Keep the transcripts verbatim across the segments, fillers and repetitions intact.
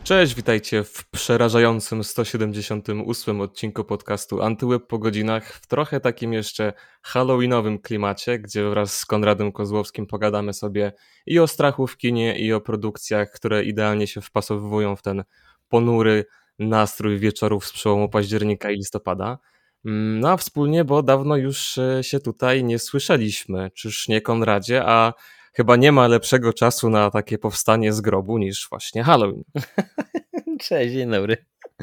Cześć, witajcie w przerażającym sto siedemdziesiątym ósmym odcinku podcastu Antyweb po godzinach w trochę takim jeszcze halloweenowym klimacie, gdzie wraz z Konradem Kozłowskim pogadamy sobie i o strachu w kinie, i o produkcjach, które idealnie się wpasowują w ten ponury nastrój wieczorów z przełomu października i listopada. Mm, No a wspólnie, bo dawno już e, się tutaj nie słyszeliśmy, czyż nie, Konradzie? A chyba nie ma lepszego czasu na takie powstanie z grobu niż właśnie Halloween. Cześć, dzień dobry.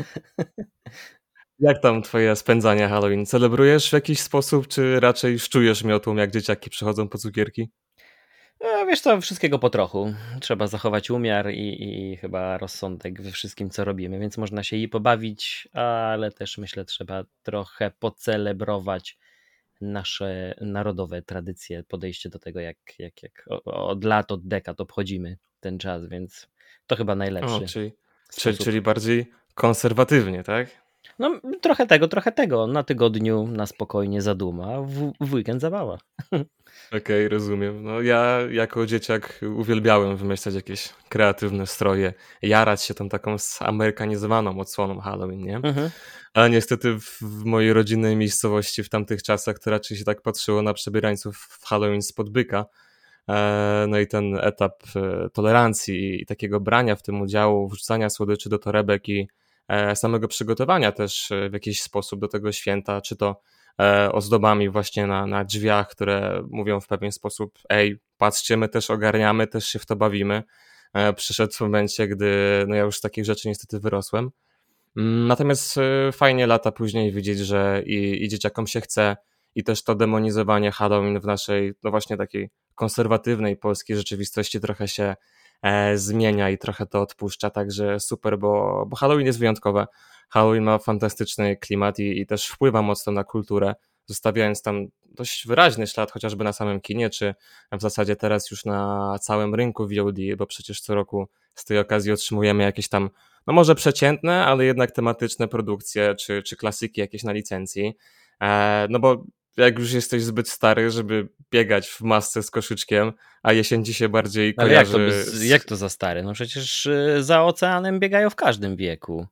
Jak tam twoje spędzanie Halloween? Celebrujesz w jakiś sposób, czy raczej szczujesz miotłą, jak dzieciaki przychodzą po cukierki? E, Wiesz co, wszystkiego po trochu. Trzeba zachować umiar i, i chyba rozsądek we wszystkim, co robimy, więc można się i pobawić, ale też myślę, trzeba trochę pocelebrować nasze narodowe tradycje, podejście do tego, jak, jak, jak o- od lat, od dekad obchodzimy ten czas, więc to chyba O, najlepszy czyli, czyli, sposób. czyli bardziej konserwatywnie, tak? No, trochę tego, trochę tego. Na tygodniu na spokojnie zaduma, w, w weekend zabawa. Okej, rozumiem. No ja jako dzieciak uwielbiałem wymyślać jakieś kreatywne stroje, jarać się tą taką zamerykanizowaną odsłoną Halloween, nie? Mhm. Ale niestety w, w mojej rodzinnej miejscowości w tamtych czasach to raczej się tak patrzyło na przebierańców w Halloween spod byka. E, No i ten etap e, tolerancji i takiego brania w tym udziału, wrzucania słodyczy do torebek i e, samego przygotowania też e, w jakiś sposób do tego święta, czy to e, ozdobami właśnie na, na drzwiach, które mówią w pewien sposób: ej, patrzcie, my też ogarniamy, też się w to bawimy. E, Przyszedł w momencie, gdy no ja już z takich rzeczy niestety wyrosłem. Mm, Natomiast e, fajnie lata później widzieć, że i, i dzieciakom się chce, i też to demonizowanie Halloween w naszej, no właśnie takiej konserwatywnej polskiej rzeczywistości trochę się e, zmienia i trochę to odpuszcza, także super, bo, bo Halloween jest wyjątkowe. Halloween ma fantastyczny klimat i, i też wpływa mocno na kulturę, zostawiając tam dość wyraźny ślad, chociażby na samym kinie, czy w zasadzie teraz już na całym rynku V O D, bo przecież co roku z tej okazji otrzymujemy jakieś tam, no może przeciętne, ale jednak tematyczne produkcje, czy, czy klasyki jakieś na licencji. E, no bo jak już jesteś zbyt stary, żeby biegać w masce z koszyczkiem, a jesień ci się bardziej Ale jak to, kojarzy bez, z... jak to za stary? No przecież y, za oceanem biegają w każdym wieku.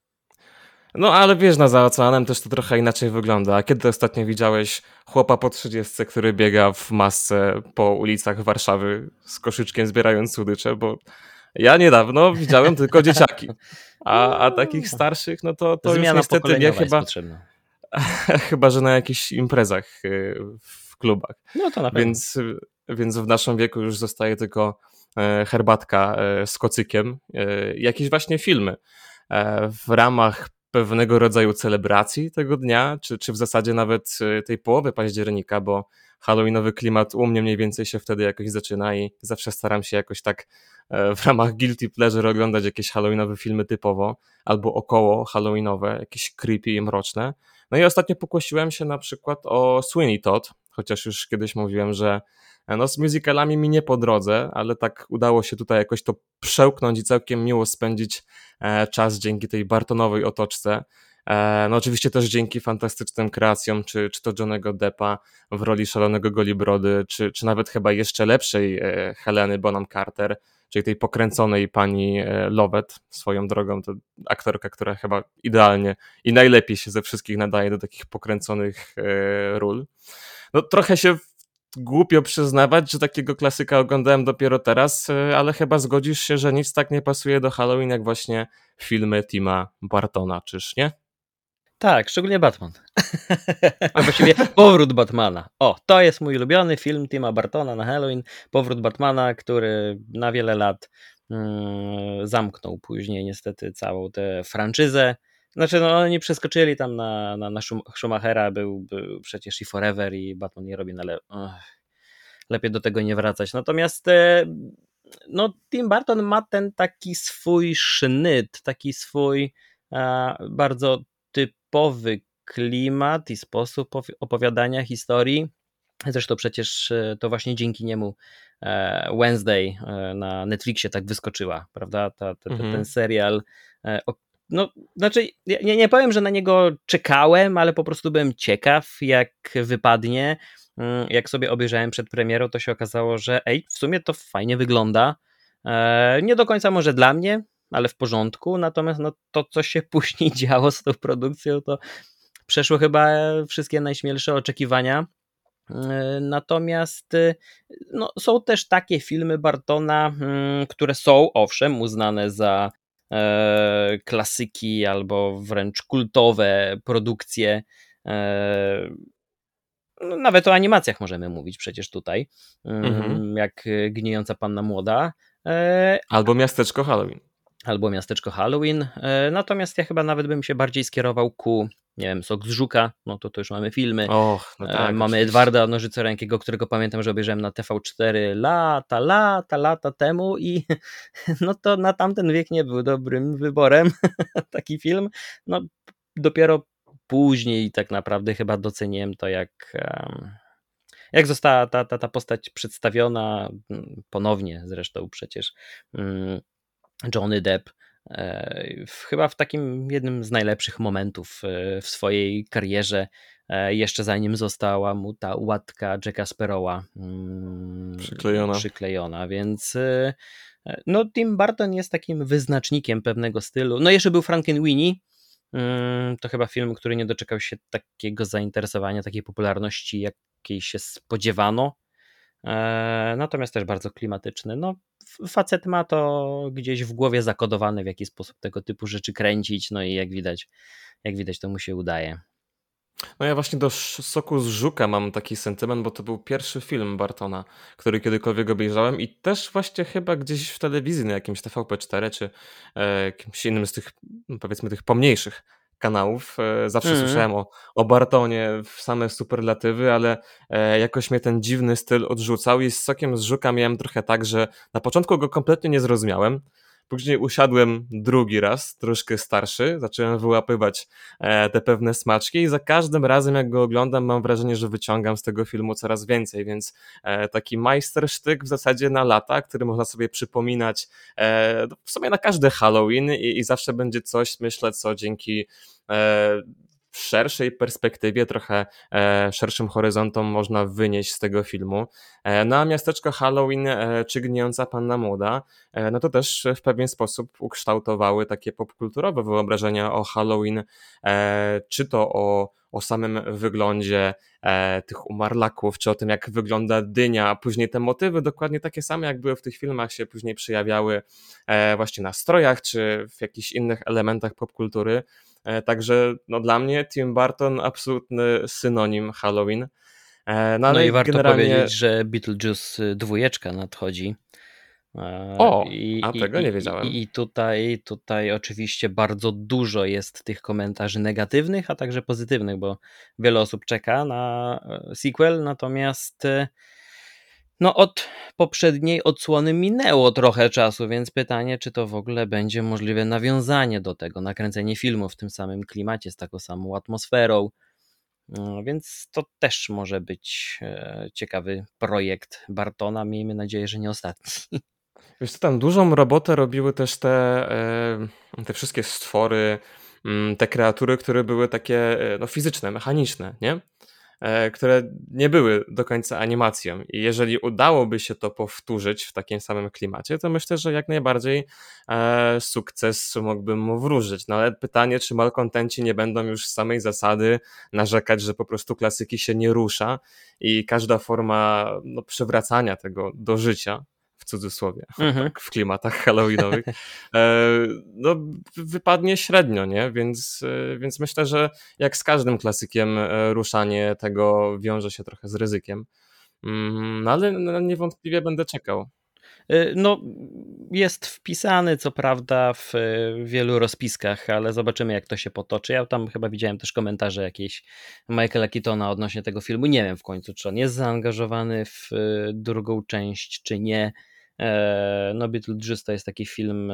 No ale wiesz, no za oceanem też to trochę inaczej wygląda. A kiedy ostatnio widziałeś chłopa po trzydziestce, który biega w masce po ulicach Warszawy z koszyczkiem zbierając słodycze? Bo ja niedawno widziałem tylko dzieciaki. A, a takich No, starszych, no to, to już zmiana niestety mnie pokoleniowa jest chyba, potrzebna. chyba że na jakichś imprezach y, w klubach. No to na pewno. Więc, więc w naszym wieku już zostaje tylko e, herbatka e, z kocykiem, e, jakieś właśnie filmy e, w ramach pewnego rodzaju celebracji tego dnia, czy, czy w zasadzie nawet e, tej połowy października, bo halloweenowy klimat u mnie mniej więcej się wtedy jakoś zaczyna i zawsze staram się jakoś tak e, w ramach guilty pleasure oglądać jakieś halloweenowe filmy typowo albo około halloweenowe, jakieś creepy i mroczne. No i ostatnio pokłosiłem się na przykład o Sweeney Todd, chociaż już kiedyś mówiłem, że no z musicalami mi nie po drodze, ale tak udało się tutaj jakoś to przełknąć i całkiem miło spędzić e, czas dzięki tej Bartonowej otoczce. E, No oczywiście też dzięki fantastycznym kreacjom, czy, czy to Johnego Deppa w roli szalonego Golibrody, czy, czy nawet chyba jeszcze lepszej e, Heleny Bonham Carter, czyli tej pokręconej pani e, Lovett swoją drogą, to aktorka, która chyba idealnie i najlepiej się ze wszystkich nadaje do takich pokręconych e, ról. No trochę się głupio przyznawać, że takiego klasyka oglądałem dopiero teraz, e, ale chyba zgodzisz się, że nic tak nie pasuje do Halloween jak właśnie filmy Tima Bartona, czyż nie? Tak, szczególnie Batman. Właściwie powrót Batmana. O, to jest mój ulubiony film Tima Bartona na Halloween. Powrót Batmana, który na wiele lat mm, zamknął później niestety całą tę franczyzę. Znaczy, no oni przeskoczyli tam na, na, na Schum- Schumachera, był, był przecież i Forever, i Batman nie robi, no ale ech, lepiej do tego nie wracać. Natomiast e, no, Tim Burton ma ten taki swój sznyt, taki swój e, bardzo typowy klimat i sposób opowiadania historii. Zresztą przecież e, to właśnie dzięki niemu e, Wednesday e, na Netflixie tak wyskoczyła, prawda? Ta, ta, ta, ten Mhm. serial. e, o- No, znaczy, ja nie, nie powiem, że na niego czekałem, ale po prostu byłem ciekaw, jak wypadnie. Mm, Jak sobie obejrzałem przed premierą, to się okazało, że ej, w sumie to fajnie wygląda. E, Nie do końca może dla mnie, ale w porządku, natomiast no, to, co się później działo z tą produkcją, to przeszło chyba wszystkie najśmielsze oczekiwania. Natomiast no, są też takie filmy Bartona, które są owszem uznane za e, klasyki albo wręcz kultowe produkcje. E, no, nawet o animacjach możemy mówić przecież tutaj, Mhm. jak Gnijąca Panna Młoda. E, Albo Miasteczko Halloween. albo Miasteczko Halloween. Natomiast ja chyba nawet bym się bardziej skierował ku, nie wiem, Sok z Żuka, no to to już mamy filmy. Och, no tak, Mamy oczywiście. Edwarda Nożycorękiego, którego pamiętam, że obejrzałem na T V cztery lata, lata, lata temu i no to na tamten wiek nie był dobrym wyborem taki film. No dopiero później tak naprawdę chyba doceniłem to, jak jak została ta, ta, ta postać przedstawiona ponownie zresztą przecież. Johnny Depp w, chyba w takim jednym z najlepszych momentów w swojej karierze, jeszcze zanim została mu ta łatka Jacka Sparrowa Przyklejona. przyklejona, więc no Tim Burton jest takim wyznacznikiem pewnego stylu. No jeszcze był Frankenweenie, to chyba film, który nie doczekał się takiego zainteresowania, takiej popularności, jakiej się spodziewano. Natomiast też bardzo klimatyczny. No, facet ma to gdzieś w głowie zakodowane, w jaki sposób tego typu rzeczy kręcić, no i jak widać, jak widać to mu się udaje. No ja właśnie do Soku z Żuka mam taki sentyment, bo to był pierwszy film Bartona, który kiedykolwiek obejrzałem i też właśnie chyba gdzieś w telewizji na jakimś T V P cztery czy e, jakimś innym z tych, powiedzmy, tych pomniejszych kanałów. E, zawsze Mm. słyszałem o, o Bartonie w same superlatywy, ale e, jakoś mnie ten dziwny styl odrzucał i z Sokiem z Żuka miałem trochę tak, że na początku go kompletnie nie zrozumiałem. Później usiadłem drugi raz, troszkę starszy, zacząłem wyłapywać e, te pewne smaczki i za każdym razem jak go oglądam mam wrażenie, że wyciągam z tego filmu coraz więcej, więc e, taki majstersztyk w zasadzie na lata, który można sobie przypominać e, w sumie na każdy Halloween i, i zawsze będzie coś, myślę, co dzięki e, w szerszej perspektywie, trochę e, szerszym horyzontom można wynieść z tego filmu. E, no a Miasteczko Halloween e, czy Gnijąca Panna Młoda, e, no to też w pewien sposób ukształtowały takie popkulturowe wyobrażenia o Halloween, e, czy to o, o samym wyglądzie e, tych umarlaków, czy o tym, jak wygląda dynia, a później te motywy dokładnie takie same, jak były w tych filmach, się później przejawiały e, właśnie na strojach, czy w jakichś innych elementach popkultury. Także no, dla mnie Tim Burton absolutny synonim Halloween. No, no ale i warto generalnie... powiedzieć, że Beetlejuice dwójeczka nadchodzi. O, I, a i, tego nie i, wiedziałem. I tutaj, tutaj oczywiście bardzo dużo jest tych komentarzy negatywnych, a także pozytywnych, bo wiele osób czeka na sequel, natomiast no od poprzedniej odsłony minęło trochę czasu, więc pytanie, czy to w ogóle będzie możliwe nawiązanie do tego, nakręcenie filmu w tym samym klimacie, z taką samą atmosferą, no, więc to też może być e, ciekawy projekt Bartona, miejmy nadzieję, że nie ostatni. Wiesz co, tam dużą robotę robiły też te, e, te wszystkie stwory, te kreatury, które były takie no, fizyczne, mechaniczne, nie? Które nie były do końca animacją i jeżeli udałoby się to powtórzyć w takim samym klimacie, to myślę, że jak najbardziej e, sukces mógłbym mu wróżyć. No ale pytanie, czy malkontenci nie będą już z samej zasady narzekać, że po prostu klasyki się nie rusza i każda forma no, przywracania tego do życia, w cudzysłowie, Mhm. tak w klimatach halloweenowych, no wypadnie średnio, nie? Więc, więc myślę, że jak z każdym klasykiem ruszanie tego wiąże się trochę z ryzykiem. No ale niewątpliwie będę czekał. No, jest wpisany co prawda w wielu rozpiskach, ale zobaczymy, jak to się potoczy. Ja tam chyba widziałem też komentarze jakieś Michaela Keatona odnośnie tego filmu. Nie wiem w końcu, czy on jest zaangażowany w drugą część, czy nie. No, Beetlejuice to jest taki film,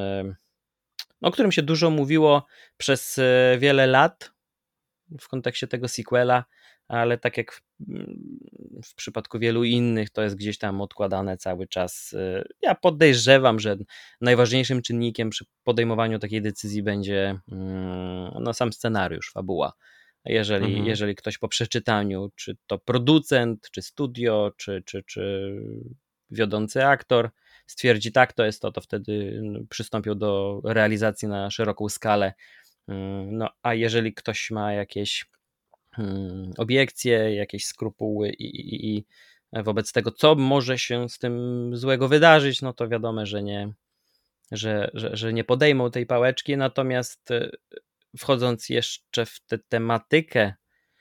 o którym się dużo mówiło przez wiele lat w kontekście tego sequela, ale tak jak w, w przypadku wielu innych, to jest gdzieś tam odkładane cały czas. Ja podejrzewam, że najważniejszym czynnikiem przy podejmowaniu takiej decyzji będzie no, sam scenariusz, fabuła. Jeżeli, Mhm. jeżeli ktoś po przeczytaniu, czy to producent, czy studio, czy, czy, czy wiodący aktor stwierdzi tak, to jest to, to wtedy przystąpią do realizacji na szeroką skalę. No a jeżeli ktoś ma jakieś hmm, obiekcje, jakieś skrupuły i, i, i wobec tego, co może się z tym złego wydarzyć, no to wiadomo, że nie, że, że, że nie podejmą tej pałeczki, natomiast wchodząc jeszcze w tę tematykę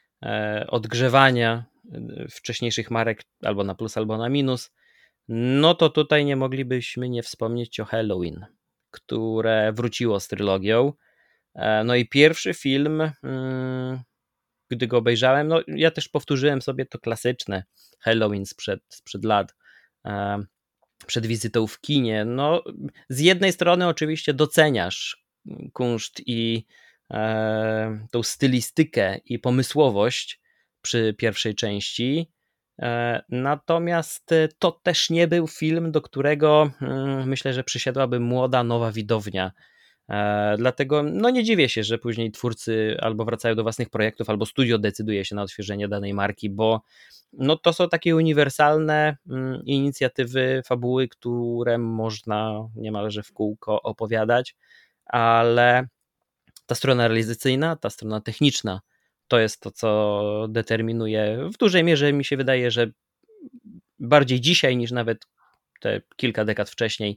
odgrzewania wcześniejszych marek albo na plus, albo na minus, no to tutaj nie moglibyśmy nie wspomnieć o Halloween, które wróciło z trylogią. No i pierwszy film, gdy go obejrzałem, no ja też powtórzyłem sobie to klasyczne Halloween sprzed, sprzed lat, przed wizytą w kinie. No z jednej strony oczywiście doceniasz kunszt i e, tą stylistykę i pomysłowość przy pierwszej części, e, natomiast to też nie był film, do którego hmm, myślę, że przysiadłaby młoda, nowa widownia. E, dlatego no nie dziwię się, że później twórcy albo wracają do własnych projektów, albo studio decyduje się na odświeżenie danej marki, bo no to są takie uniwersalne mm, inicjatywy, fabuły, które można niemalże w kółko opowiadać, ale ta strona realizacyjna, ta strona techniczna to jest to, co determinuje w dużej mierze, mi się wydaje, że bardziej dzisiaj niż nawet te kilka dekad wcześniej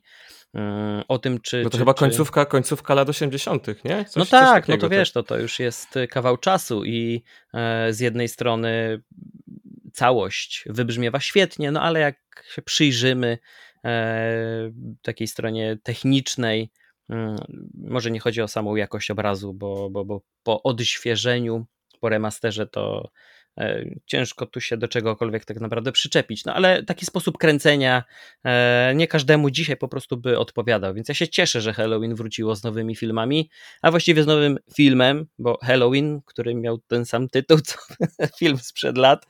o tym, czy... No to czy, chyba czy... końcówka, końcówka lat osiemdziesiątych, nie? Coś, no coś tak, takiego, no to tak? wiesz, to, to już jest kawał czasu i e, z jednej strony całość wybrzmiewa świetnie, no ale jak się przyjrzymy e, takiej stronie technicznej, m, może nie chodzi o samą jakość obrazu, bo, bo, bo po odświeżeniu, po remasterze to e, ciężko tu się do czegokolwiek tak naprawdę przyczepić, no ale taki sposób kręcenia e, nie każdemu dzisiaj po prostu by odpowiadał, więc ja się cieszę, że Halloween wróciło z nowymi filmami, a właściwie z nowym filmem, bo Halloween, który miał ten sam tytuł co film sprzed lat,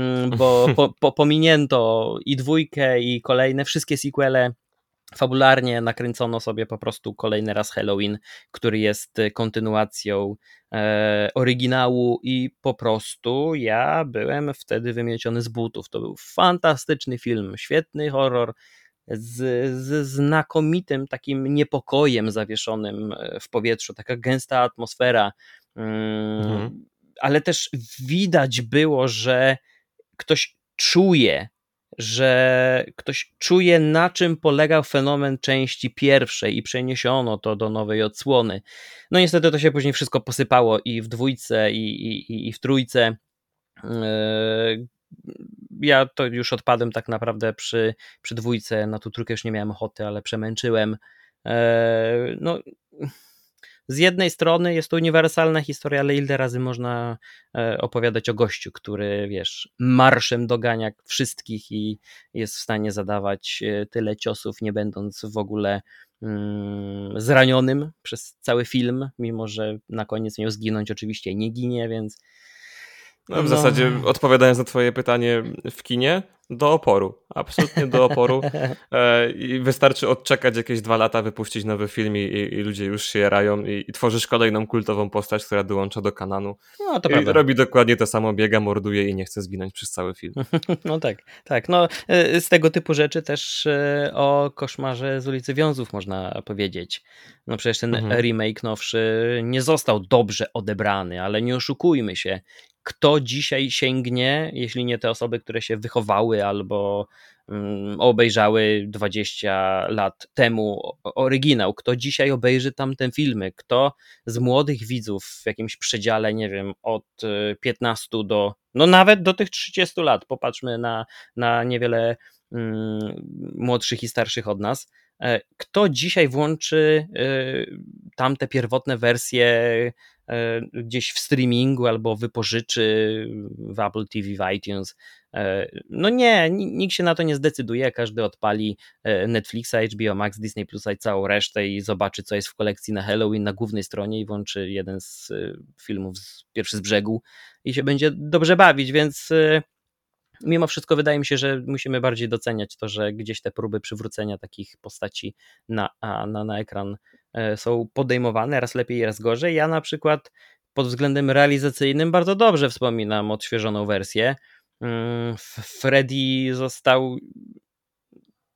bo po, po, pominięto i dwójkę, i kolejne, wszystkie sequele. Fabularnie nakręcono sobie po prostu kolejny raz Halloween, który jest kontynuacją e, oryginału i po prostu ja byłem wtedy wymieciony z butów. To był fantastyczny film, świetny horror z, z znakomitym takim niepokojem zawieszonym w powietrzu, taka gęsta atmosfera, mhm. ale też widać było, że ktoś czuje, że ktoś czuje, na czym polegał fenomen części pierwszej i przeniesiono to do nowej odsłony. No niestety to się później wszystko posypało i w dwójce, i, i, i w trójce. Ja to już odpadłem tak naprawdę przy, przy dwójce, na tą trójkę już nie miałem ochoty, ale przemęczyłem. No... Z jednej strony jest to uniwersalna historia, ale ile razy można opowiadać o gościu, który, wiesz, marszem dogania wszystkich i jest w stanie zadawać tyle ciosów, nie będąc w ogóle mm, zranionym przez cały film, mimo że na koniec miał zginąć, oczywiście nie ginie, więc... No, w no. zasadzie odpowiadając na twoje pytanie, w kinie do oporu, absolutnie do oporu e, i wystarczy odczekać jakieś dwa lata, wypuścić nowy film i, i ludzie już się jarają i, i tworzysz kolejną kultową postać, która dołącza do kanonu. No, to I prawda. Robi dokładnie to samo, biega, morduje i nie chce zginąć przez cały film. No tak, tak. No, z tego typu rzeczy też o Koszmarze z ulicy Wiązów można powiedzieć. No przecież ten mhm. remake nowszy nie został dobrze odebrany, ale nie oszukujmy się. Kto dzisiaj sięgnie, jeśli nie te osoby, które się wychowały albo um, obejrzały dwadzieścia lat temu oryginał, kto dzisiaj obejrzy tamte filmy, kto z młodych widzów w jakimś przedziale, nie wiem, od piętnastu do, no nawet do tych trzydziestu lat, popatrzmy na, na niewiele um, młodszych i starszych od nas, kto dzisiaj włączy y, tamte pierwotne wersje y, gdzieś w streamingu albo wypożyczy w Apple T V, w iTunes. Y, no nie, nikt się na to nie zdecyduje, każdy odpali Netflixa, H B O Max, Disney Plus i całą resztę i zobaczy, co jest w kolekcji na Halloween na głównej stronie i włączy jeden z filmów z, pierwszy z brzegu i się będzie dobrze bawić, więc mimo wszystko wydaje mi się, że musimy bardziej doceniać to, że gdzieś te próby przywrócenia takich postaci na, na, na ekran są podejmowane, raz lepiej, raz gorzej. Ja na przykład pod względem realizacyjnym bardzo dobrze wspominam odświeżoną wersję. Freddy został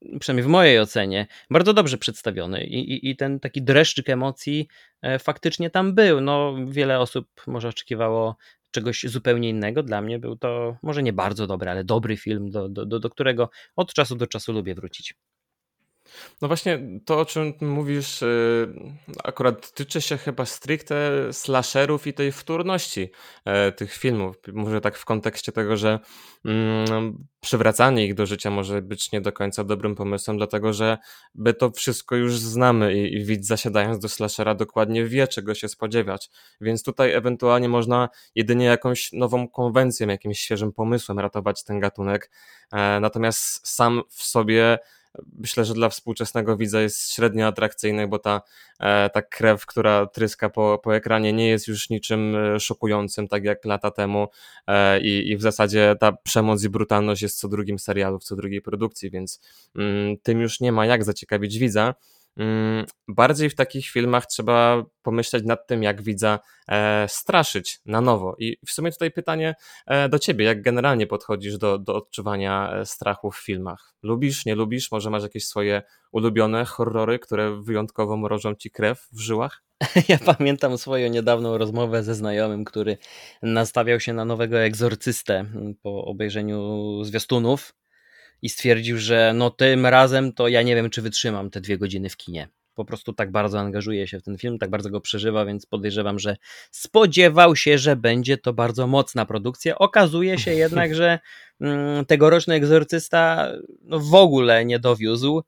przynajmniej w mojej ocenie, bardzo dobrze przedstawiony i, i, i ten taki dreszczyk emocji e, faktycznie tam był. No, wiele osób może oczekiwało czegoś zupełnie innego. Dla mnie był to może nie bardzo dobry, ale dobry film, do, do, do, do którego od czasu do czasu lubię wrócić. No właśnie to, o czym mówisz, y, akurat tyczy się chyba stricte slasherów i tej wtórności e, tych filmów. Może tak w kontekście tego, że mm, przywracanie ich do życia może być nie do końca dobrym pomysłem, dlatego że my to wszystko już znamy i, i widz zasiadając do slashera dokładnie wie, czego się spodziewać. Więc tutaj ewentualnie można jedynie jakąś nową konwencją, jakimś świeżym pomysłem ratować ten gatunek. E, natomiast sam w sobie myślę, że dla współczesnego widza jest średnio atrakcyjny, bo ta, e, ta krew, która tryska po, po ekranie, nie jest już niczym e, szokującym, tak jak lata temu e, i, i w zasadzie ta przemoc i brutalność jest co drugim serialu, w co drugiej produkcji, więc mm, tym już nie ma jak zaciekawić widza. Mm, Bardziej w takich filmach trzeba pomyśleć nad tym, jak widza e, straszyć na nowo. I w sumie tutaj pytanie e, do ciebie, jak generalnie podchodzisz do, do odczuwania e, strachu w filmach? Lubisz, nie lubisz? Może masz jakieś swoje ulubione horrory, które wyjątkowo mrożą ci krew w żyłach? Ja pamiętam swoją niedawną rozmowę ze znajomym, który nastawiał się na nowego egzorcystę po obejrzeniu zwiastunów i stwierdził, że no tym razem to ja nie wiem, czy wytrzymam te dwie godziny w kinie. Po prostu tak bardzo angażuje się w ten film, tak bardzo go przeżywa, więc podejrzewam, że spodziewał się, że będzie to bardzo mocna produkcja. Okazuje się jednak, że mm, tegoroczny egzorcysta no, w ogóle nie dowiózł.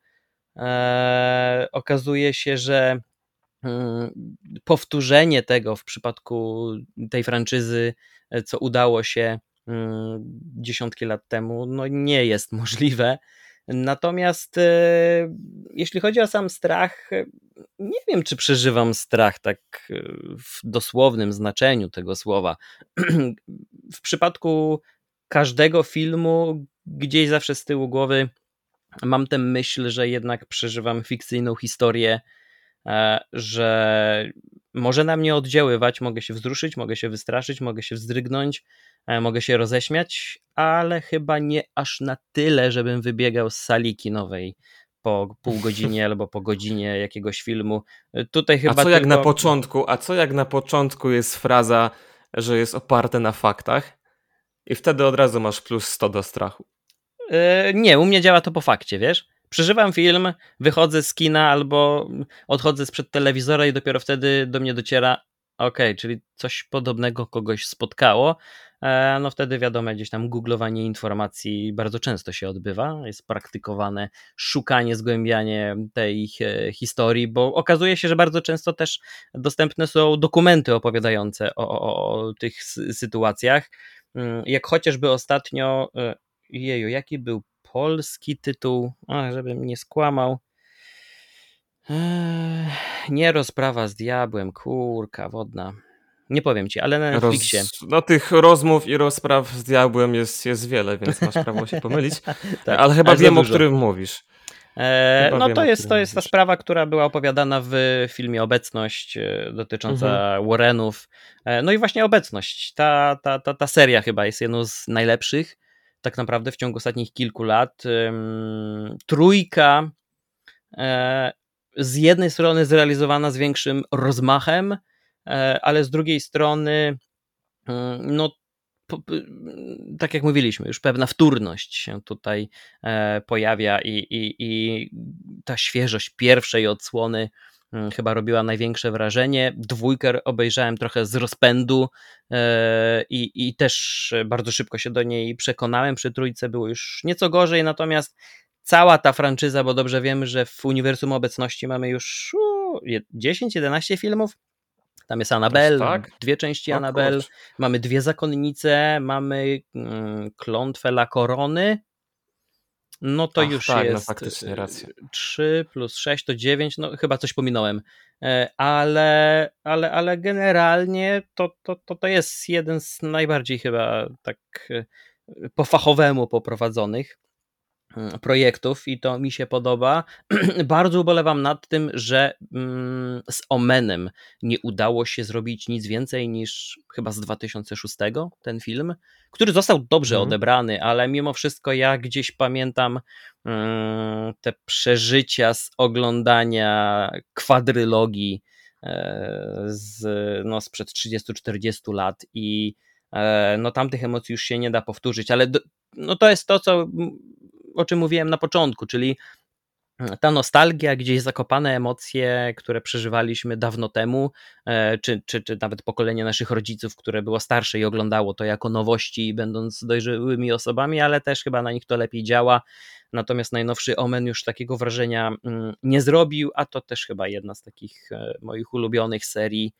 Eee, okazuje się, że mm, powtórzenie tego w przypadku tej franczyzy, e, co udało się mm, dziesiątki lat temu, no nie jest możliwe. Natomiast e, jeśli chodzi o sam strach, e, nie wiem, czy przeżywam strach tak e, w dosłownym znaczeniu tego słowa. W przypadku każdego filmu gdzieś zawsze z tyłu głowy mam tę myśl, że jednak przeżywam fikcyjną historię, e, że może na mnie oddziaływać, mogę się wzruszyć, mogę się wystraszyć, mogę się wzdrygnąć, e, mogę się roześmiać, ale chyba nie aż na tyle, żebym wybiegał z sali kinowej po pół godzinie albo po godzinie jakiegoś filmu. E, Tutaj A chyba co jak na tylko. początku, a co jak na początku jest fraza, że jest oparte na faktach i wtedy od razu masz plus sto do strachu. E, Nie, u mnie działa to po fakcie, wiesz? Przeżywam film, wychodzę z kina albo odchodzę sprzed telewizora i dopiero wtedy do mnie dociera, okej, czyli coś podobnego kogoś spotkało. E, No wtedy wiadomo, gdzieś tam googlowanie informacji bardzo często się odbywa, jest praktykowane szukanie, zgłębianie tej e, historii, bo okazuje się, że bardzo często też dostępne są dokumenty opowiadające o, o, o tych sy- sytuacjach. Mm, Jak chociażby ostatnio, e, jeju, jaki był polski tytuł, a, żebym nie skłamał. Eee, nie rozprawa z diabłem, kurka wodna. Nie powiem ci, ale na Netflixie. Roz... No tych rozmów i rozpraw z diabłem jest, jest wiele, więc masz prawo się pomylić, Tak, ale chyba aż za wiem, o dużo. którym mówisz. Eee, Chyba no wiem, to o jest, to którym jest ta mówisz. sprawa, która była opowiadana w filmie Obecność, e, dotycząca Mhm. Warrenów. E, No i właśnie Obecność. Ta, ta, ta, ta seria chyba jest jedną z najlepszych tak naprawdę w ciągu ostatnich kilku lat. Ym, Trójka e, z jednej strony zrealizowana z większym rozmachem, e, ale z drugiej strony, mm, no, po- p- tak jak mówiliśmy, już pewna wtórność się tutaj e, pojawia i, i, i ta świeżość pierwszej odsłony mm, chyba robiła największe wrażenie. Dwójkę obejrzałem trochę z rozpędu e, i, i też bardzo szybko się do niej przekonałem. Przy trójce było już nieco gorzej, natomiast cała ta franczyza, bo dobrze wiemy, że w uniwersum Obecności mamy już u, je- dziesięć jedenaście filmów. Tam jest Aż Annabelle, tak? dwie części O Annabelle, kurczę. mamy dwie zakonnice, mamy mm, klątwę La Corony, no to Ach już tak, no jest faktycznie, racja. trzy plus sześć to dziewięć, no chyba coś pominąłem, E, ale, ale, ale generalnie to, to, to, to jest jeden z najbardziej chyba tak e, po fachowemu poprowadzonych. projektów i to mi się podoba. Bardzo ubolewam nad tym, że mm, z Omenem nie udało się zrobić nic więcej niż chyba z dwa tysiące szóstego ten film, który został dobrze Mhm. odebrany, ale mimo wszystko ja gdzieś pamiętam mm, te przeżycia z oglądania kwadrylogii e, z, no, sprzed trzydziestu czterdziestu lat i e, no tamtych emocji już się nie da powtórzyć, ale do, no to jest to, co o czym mówiłem na początku, czyli ta nostalgia, gdzieś zakopane emocje, które przeżywaliśmy dawno temu, czy, czy, czy nawet pokolenie naszych rodziców, które było starsze i oglądało to jako nowości, będąc dojrzałymi osobami, ale też chyba na nich to lepiej działa. Natomiast najnowszy Omen już takiego wrażenia nie zrobił, a to też chyba jedna z takich moich ulubionych serii.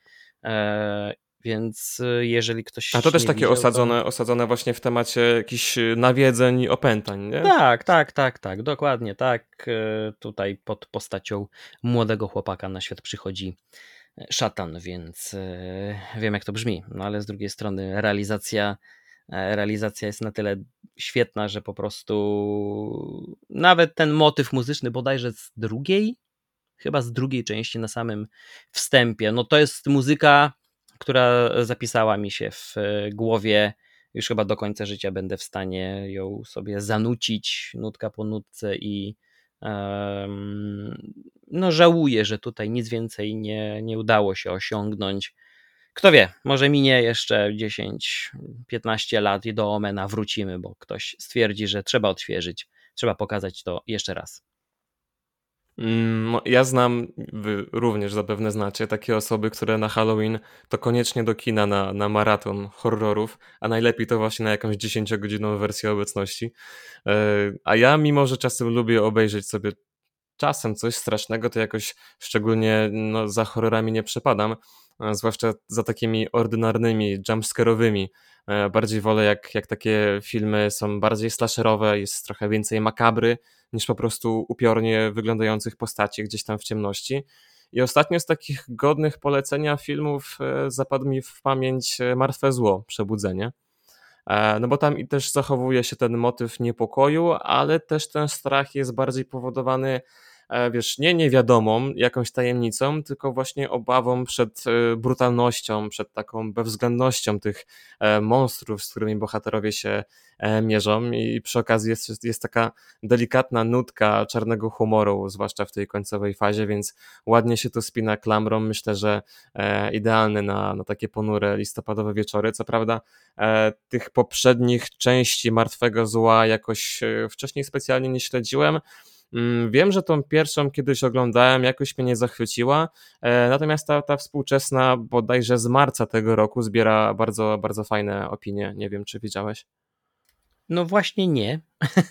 Więc jeżeli A to ktoś też nie takie widział, to osadzone, osadzone właśnie w temacie jakichś nawiedzeń i opętań, nie? tak, tak, tak, tak, dokładnie tak. E, Tutaj pod postacią młodego chłopaka na świat przychodzi szatan, więc e, wiem jak to brzmi, no ale z drugiej strony realizacja, e, realizacja jest na tyle świetna, że po prostu nawet ten motyw muzyczny bodajże z drugiej, chyba z drugiej części na samym wstępie, no to jest muzyka, która zapisała mi się w e, głowie. Już chyba do końca życia będę w stanie ją sobie zanucić nutka po nutce i um, no żałuję, że tutaj nic więcej nie, nie udało się osiągnąć. Kto wie, może minie jeszcze dziesięć piętnaście lat i do Omena wrócimy, bo ktoś stwierdzi, że trzeba odświeżyć, trzeba pokazać to jeszcze raz. Mm, no, ja znam, wy również zapewne znacie, takie osoby, które na Halloween to koniecznie do kina na, na maraton horrorów, a najlepiej to właśnie na jakąś dziesięciogodzinną wersję obecności. E, A ja, mimo że czasem lubię obejrzeć sobie czasem coś strasznego, to jakoś szczególnie no, za horrorami nie przepadam, e, zwłaszcza za takimi ordynarnymi, jumpscare'owymi. E, Bardziej wolę, jak, jak takie filmy są bardziej slasherowe, jest trochę więcej makabry, niż po prostu upiornie wyglądających postaci gdzieś tam w ciemności. I ostatnio z takich godnych polecenia filmów e, zapadł mi w pamięć e, Martwe Zło, Przebudzenie. E, No bo tam i też zachowuje się ten motyw niepokoju, ale też ten strach jest bardziej powodowany, e, wiesz, nie niewiadomą jakąś tajemnicą, tylko właśnie obawą przed e, brutalnością, przed taką bezwzględnością tych e, monstrów, z którymi bohaterowie się e, mierzą. I przy okazji jest, jest taka delikatna nutka czarnego humoru, zwłaszcza w tej końcowej fazie, więc ładnie się to spina klamrą. Myślę, że e, idealny na, na takie ponure listopadowe wieczory. Co prawda e, tych poprzednich części Martwego Zła jakoś e, wcześniej specjalnie nie śledziłem. Mm, Wiem, że tą pierwszą kiedyś oglądałem, jakoś mnie nie zachwyciła, e, natomiast ta, ta współczesna bodajże z marca tego roku zbiera bardzo, bardzo fajne opinie. Nie wiem, czy widziałeś? No właśnie nie,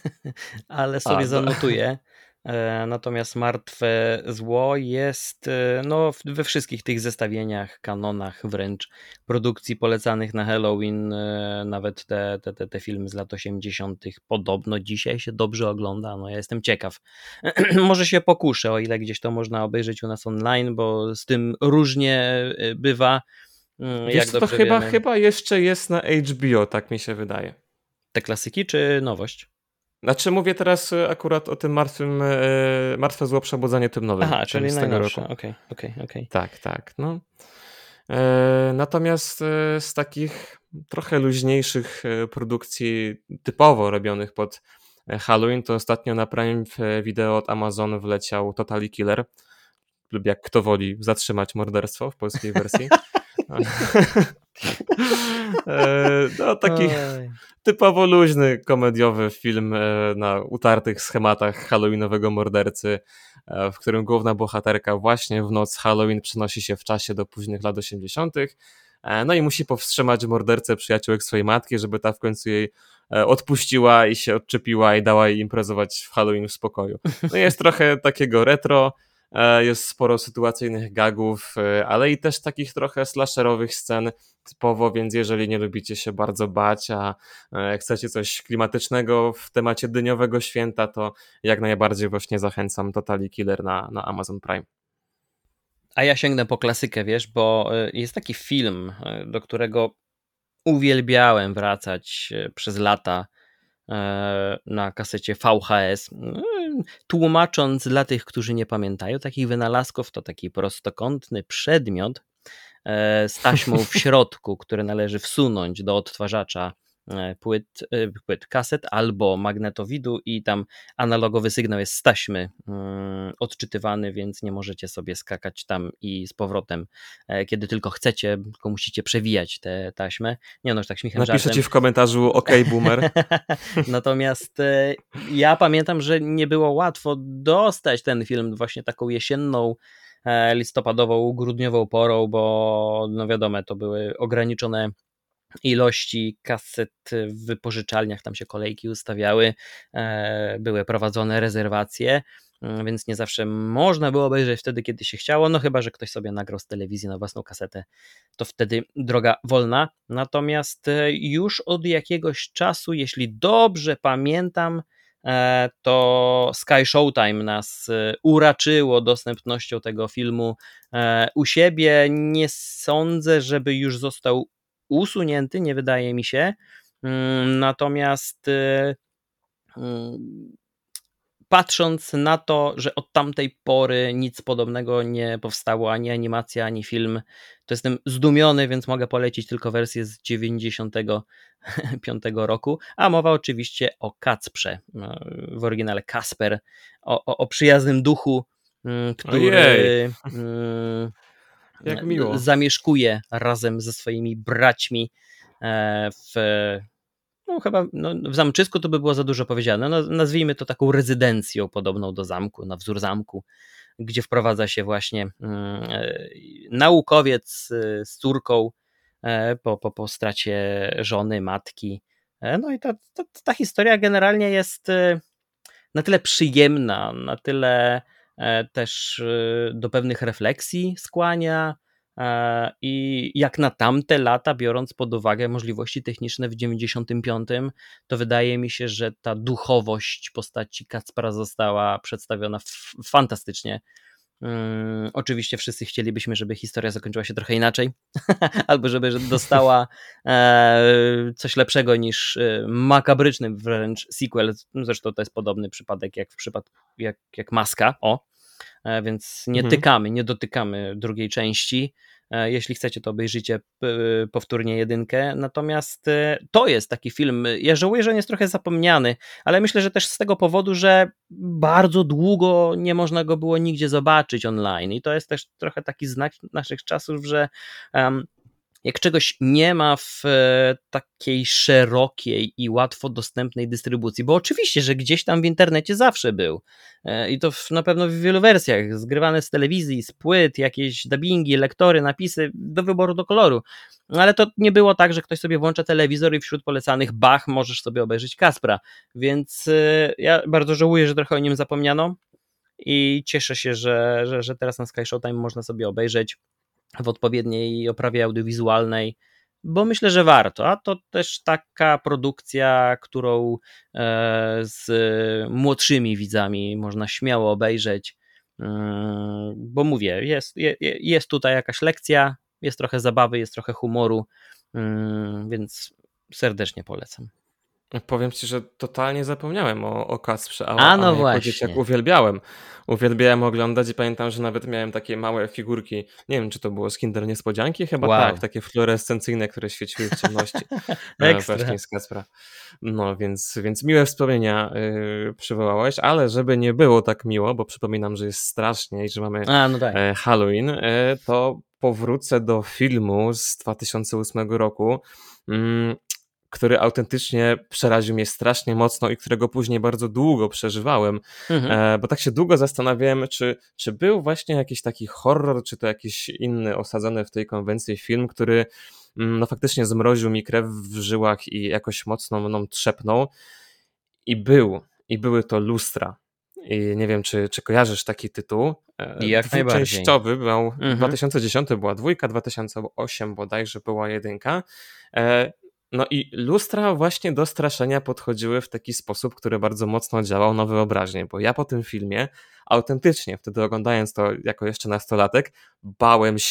ale A, sobie no, zanotuję. E, Natomiast Martwe Zło jest e, no, w- we wszystkich tych zestawieniach, kanonach wręcz produkcji polecanych na Halloween, e, nawet te, te, te, te filmy z lat osiemdziesiątych podobno dzisiaj się dobrze ogląda. No ja jestem ciekaw. Może się pokuszę, o ile gdzieś to można obejrzeć u nas online, bo z tym różnie e, bywa, mm, wiesz jak co, to dobrze chyba, wiemy. chyba jeszcze jest na H B O, tak mi się wydaje. Te klasyki czy nowość? Znaczy mówię teraz e, akurat o tym martwym, e, Martwe Zło Przebudzenie, tym nowym, Aha, tym czyli z tego najnowsze. roku. Okej, okej, okej. Tak, tak. No. E, Natomiast e, z takich trochę luźniejszych e, produkcji typowo robionych pod e, Halloween, to ostatnio na Prime Video od Amazon wleciał Totally Killer, lub jak kto woli zatrzymać morderstwo w polskiej wersji. E, No, taki Oj. typowo luźny, komediowy film e, na utartych schematach halloweenowego mordercy, e, w którym główna bohaterka właśnie w noc Halloween przenosi się w czasie do późnych lat osiemdziesiątych. E, No i musi powstrzymać mordercę przyjaciółek swojej matki, żeby ta w końcu jej e, odpuściła i się odczepiła i dała jej imprezować w Halloween w spokoju. No jest trochę takiego retro, e, jest sporo sytuacyjnych gagów, e, ale i też takich trochę slasherowych scen typowo, więc jeżeli nie lubicie się bardzo bać, a e, chcecie coś klimatycznego w temacie dyniowego święta, to jak najbardziej właśnie zachęcam Totally Killer na, na Amazon Prime. A ja sięgnę po klasykę, wiesz, bo y, jest taki film, y, do którego uwielbiałem wracać y, przez lata. na kasecie V H S. Tłumacząc dla tych, którzy nie pamiętają takich wynalazków, to taki prostokątny przedmiot z taśmą w środku, który należy wsunąć do odtwarzacza płyt, płyt kaset albo magnetowidu i tam analogowy sygnał jest z taśmy odczytywany, więc nie możecie sobie skakać tam i z powrotem, kiedy tylko chcecie, tylko musicie przewijać tę taśmę. Nie no, już tak śmichem Napiszę żartem. ci w komentarzu OK boomer. Natomiast ja pamiętam, że nie było łatwo dostać ten film właśnie taką jesienną, listopadową, grudniową porą, bo no wiadomo, to były ograniczone ilości kaset w wypożyczalniach, tam się kolejki ustawiały, były prowadzone rezerwacje, więc nie zawsze można było obejrzeć wtedy, kiedy się chciało, no chyba że ktoś sobie nagrał z telewizji na własną kasetę, to wtedy droga wolna. Natomiast już od jakiegoś czasu, jeśli dobrze pamiętam, to Sky Showtime nas uraczyło dostępnością tego filmu u siebie. Nie sądzę, żeby już został usunięty, nie wydaje mi się. Natomiast patrząc na to, że od tamtej pory nic podobnego nie powstało, ani animacja, ani film, to jestem zdumiony, więc mogę polecić tylko wersję z dziewięćdziesiątego piątego roku, a mowa oczywiście o Kacprze, w oryginale Kasper, o, o, o przyjaznym duchu, który Ojej. Jak miło. zamieszkuje razem ze swoimi braćmi w no chyba no, w zamczysku to by było za dużo powiedziane, no, nazwijmy to taką rezydencją podobną do zamku, na wzór zamku, gdzie wprowadza się właśnie mm, naukowiec z córką po, po, po stracie żony, matki. No i ta, ta, ta historia generalnie jest na tyle przyjemna, na tyle też do pewnych refleksji skłania, i jak na tamte lata, biorąc pod uwagę możliwości techniczne w dziewięćdziesiątym piątym, to wydaje mi się, że ta duchowość postaci Kacpra została przedstawiona f- fantastycznie. Um, oczywiście wszyscy chcielibyśmy, żeby historia zakończyła się trochę inaczej, albo żeby dostała e, coś lepszego niż e, makabryczny wręcz sequel. Zresztą to jest podobny przypadek jak w przypadku jak, jak Maska, o. Więc nie mhm. tykamy, nie dotykamy drugiej części. Jeśli chcecie, to obejrzyjcie powtórnie jedynkę. Natomiast to jest taki film, ja żałuję, że on jest trochę zapomniany, ale myślę, że też z tego powodu, że bardzo długo nie można go było nigdzie zobaczyć online i to jest też trochę taki znak naszych czasów, że um, jak czegoś nie ma w takiej szerokiej i łatwo dostępnej dystrybucji, bo oczywiście, że gdzieś tam w internecie zawsze był i to na pewno w wielu wersjach, zgrywane z telewizji, z płyt, jakieś dubbingi, lektory, napisy, do wyboru, do koloru, ale to nie było tak, że ktoś sobie włącza telewizor i wśród polecanych bach, możesz sobie obejrzeć Kacpra, więc ja bardzo żałuję, że trochę o nim zapomniano i cieszę się, że, że, że teraz na Sky Showtime można sobie obejrzeć w odpowiedniej oprawie audiowizualnej, bo myślę, że warto, a to też taka produkcja, którą z młodszymi widzami można śmiało obejrzeć, bo mówię, jest, jest tutaj jakaś lekcja, jest trochę zabawy, jest trochę humoru, więc serdecznie polecam. Powiem ci, że totalnie zapomniałem o, o Kacprze, a, a no a właśnie. Jako dzieciak uwielbiałem. Uwielbiałem oglądać i pamiętam, że nawet miałem takie małe figurki, nie wiem, czy to było z Kinder Niespodzianki, chyba wow. tak, takie fluorescencyjne, które świeciły w ciemności. Właśnie z Kacpra. No więc, więc miłe wspomnienia yy, przywołałeś, ale żeby nie było tak miło, bo przypominam, że jest strasznie i że mamy a, no tak. e, Halloween, e, to powrócę do filmu z dwa tysiące ósmego roku, mm, który autentycznie przeraził mnie strasznie mocno i którego później bardzo długo przeżywałem, mhm. bo tak się długo zastanawiałem, czy, czy był właśnie jakiś taki horror, czy to jakiś inny osadzony w tej konwencji film, który no faktycznie zmroził mi krew w żyłach i jakoś mocno mną trzepnął i był, i były to Lustra. I nie wiem, czy, czy kojarzysz taki tytuł. Jak Dwuczęściowy był, mhm. dwa tysiące dziesiąty była dwójka, dwa tysiące ósmy bodajże była jedynka. No i lustra właśnie do straszenia podchodziły w taki sposób, który bardzo mocno działał na wyobraźnię, bo ja po tym filmie autentycznie, wtedy oglądając to jako jeszcze nastolatek, bałem się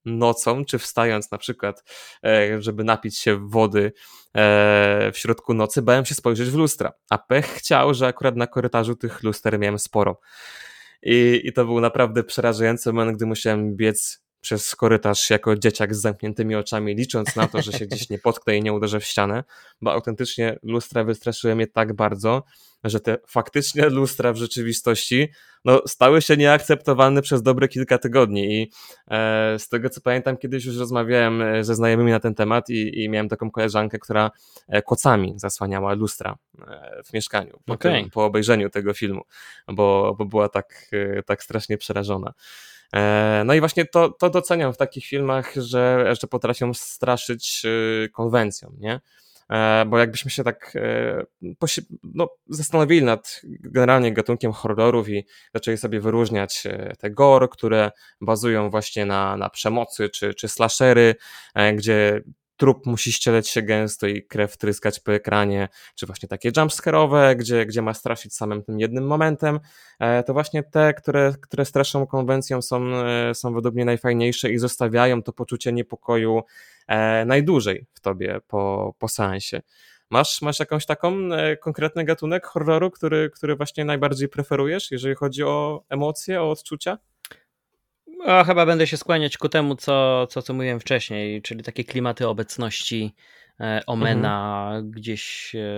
nocą, czy wstając na przykład, żeby napić się wody w środku nocy, bałem się spojrzeć w lustra, a pech chciał, że akurat na korytarzu tych luster miałem sporo. I, i to był naprawdę przerażający moment, gdy musiałem biec przez korytarz jako dzieciak z zamkniętymi oczami, licząc na to, że się gdzieś nie potknę i nie uderzę w ścianę, bo autentycznie lustra wystraszyły mnie tak bardzo, że te faktycznie lustra w rzeczywistości no, stały się nieakceptowalne przez dobre kilka tygodni i e, z tego co pamiętam, kiedyś już rozmawiałem ze znajomymi na ten temat i, i miałem taką koleżankę, która kocami zasłaniała lustra w mieszkaniu po, okay. tym, po obejrzeniu tego filmu, bo, bo była tak, tak strasznie przerażona. No i właśnie to, to doceniam w takich filmach, że, że potrafią straszyć konwencją, nie? Bo jakbyśmy się tak no, zastanowili nad generalnie gatunkiem horrorów i zaczęli sobie wyróżniać te gore, które bazują właśnie na, na przemocy, czy, czy slashery, gdzie trup musi ścieleć się gęsto i krew tryskać po ekranie, czy właśnie takie jumpscare'owe, gdzie, gdzie ma straszyć samym tym jednym momentem, to właśnie te, które, które straszą konwencją są, są według mnie najfajniejsze i zostawiają to poczucie niepokoju najdłużej w tobie po, po seansie. Masz, masz jakąś taką konkretny gatunek horroru, który, który właśnie najbardziej preferujesz, jeżeli chodzi o emocje, o odczucia? O, chyba będę się skłaniać ku temu, co, co, co mówiłem wcześniej, czyli takie klimaty obecności e, Omena mhm. gdzieś. E,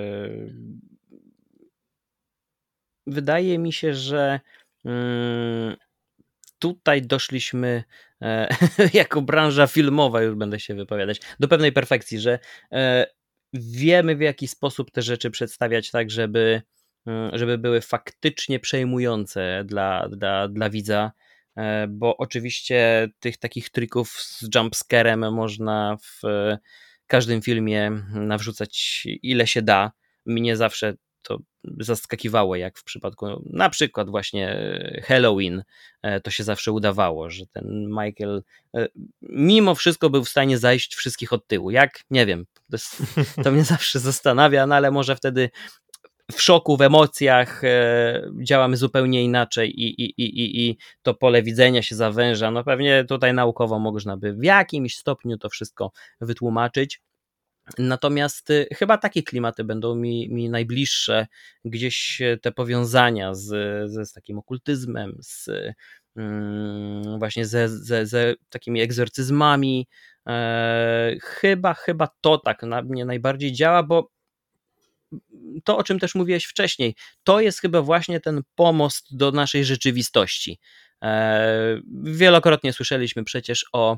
wydaje mi się, że mm, tutaj doszliśmy e, jako branża filmowa, już będę się wypowiadać, do pewnej perfekcji, że e, wiemy, w jaki sposób te rzeczy przedstawiać tak, żeby, żeby były faktycznie przejmujące dla, dla, dla widza. Bo oczywiście tych takich trików z jumpscarem można w każdym filmie nawrzucać ile się da. Mnie zawsze to zaskakiwało, jak w przypadku na przykład właśnie Halloween to się zawsze udawało, że ten Michael mimo wszystko był w stanie zajść wszystkich od tyłu. Jak? Nie wiem. To, jest, to mnie zawsze zastanawia, no ale może wtedy w szoku, w emocjach e, działamy zupełnie inaczej i, i, i, i to pole widzenia się zawęża. No pewnie tutaj naukowo można by w jakimś stopniu to wszystko wytłumaczyć. Natomiast y, chyba takie klimaty będą mi, mi najbliższe, gdzieś te powiązania z, z, z takim okultyzmem, z mm, właśnie ze, ze, ze takimi egzorcyzmami. E, chyba, chyba to tak na mnie najbardziej działa, bo to, o czym też mówiłeś wcześniej, to jest chyba właśnie ten pomost do naszej rzeczywistości. Wielokrotnie słyszeliśmy przecież o,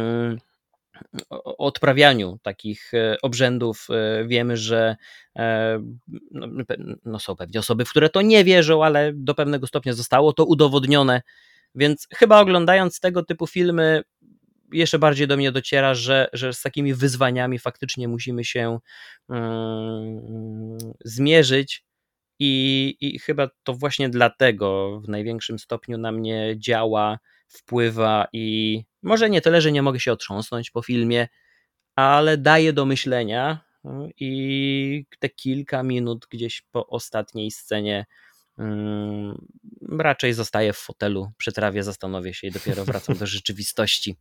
o odprawianiu takich obrzędów. Wiemy, że no, no są pewnie osoby, w które to nie wierzą, ale do pewnego stopnia zostało to udowodnione, więc chyba oglądając tego typu filmy jeszcze bardziej do mnie dociera, że, że z takimi wyzwaniami faktycznie musimy się um, zmierzyć i, i chyba to właśnie dlatego w największym stopniu na mnie działa, wpływa i może nie tyle, że nie mogę się otrząsnąć po filmie, ale daje do myślenia i te kilka minut gdzieś po ostatniej scenie um, raczej zostaję w fotelu, przy trawie, zastanowię się i dopiero wracam do rzeczywistości.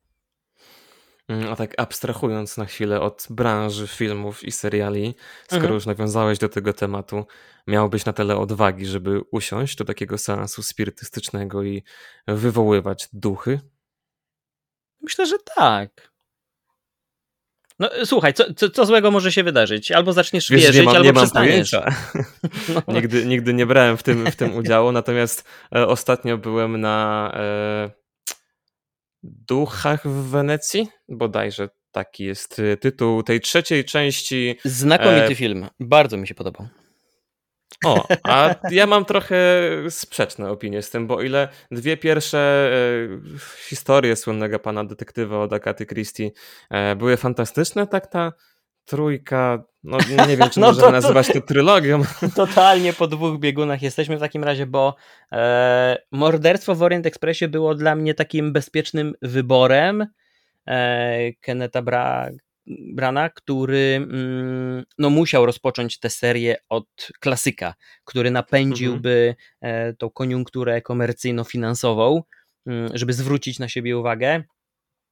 A tak abstrahując na chwilę od branży filmów i seriali, skoro mhm. już nawiązałeś do tego tematu, miałbyś na tyle odwagi, żeby usiąść do takiego seansu spirytystycznego i wywoływać duchy? Myślę, że tak. No słuchaj, co, co, co złego może się wydarzyć? Albo zaczniesz Wiesz, wierzyć, nie mam, albo nie przestaniesz. Mam no. nigdy, nigdy nie brałem w tym, w tym udziału, natomiast e, ostatnio byłem na... E, Duchach w Wenecji? Bodajże taki jest tytuł tej trzeciej części. Znakomity e... film, bardzo mi się podobał. O, a ja mam trochę sprzeczne opinie z tym, bo o ile dwie pierwsze e, historie słynnego pana detektywa od Agaty Christie e, były fantastyczne, tak ta trójka, no nie wiem, czy no można to, nazywać to trylogią. Totalnie po dwóch biegunach jesteśmy w takim razie, bo e, Morderstwo w Orient Expressie było dla mnie takim bezpiecznym wyborem e, Kennetha Bra- Brana, który mm, no, musiał rozpocząć tę serię od klasyka, który napędziłby mhm. e, tą koniunkturę komercyjno-finansową, mm, żeby zwrócić na siebie uwagę.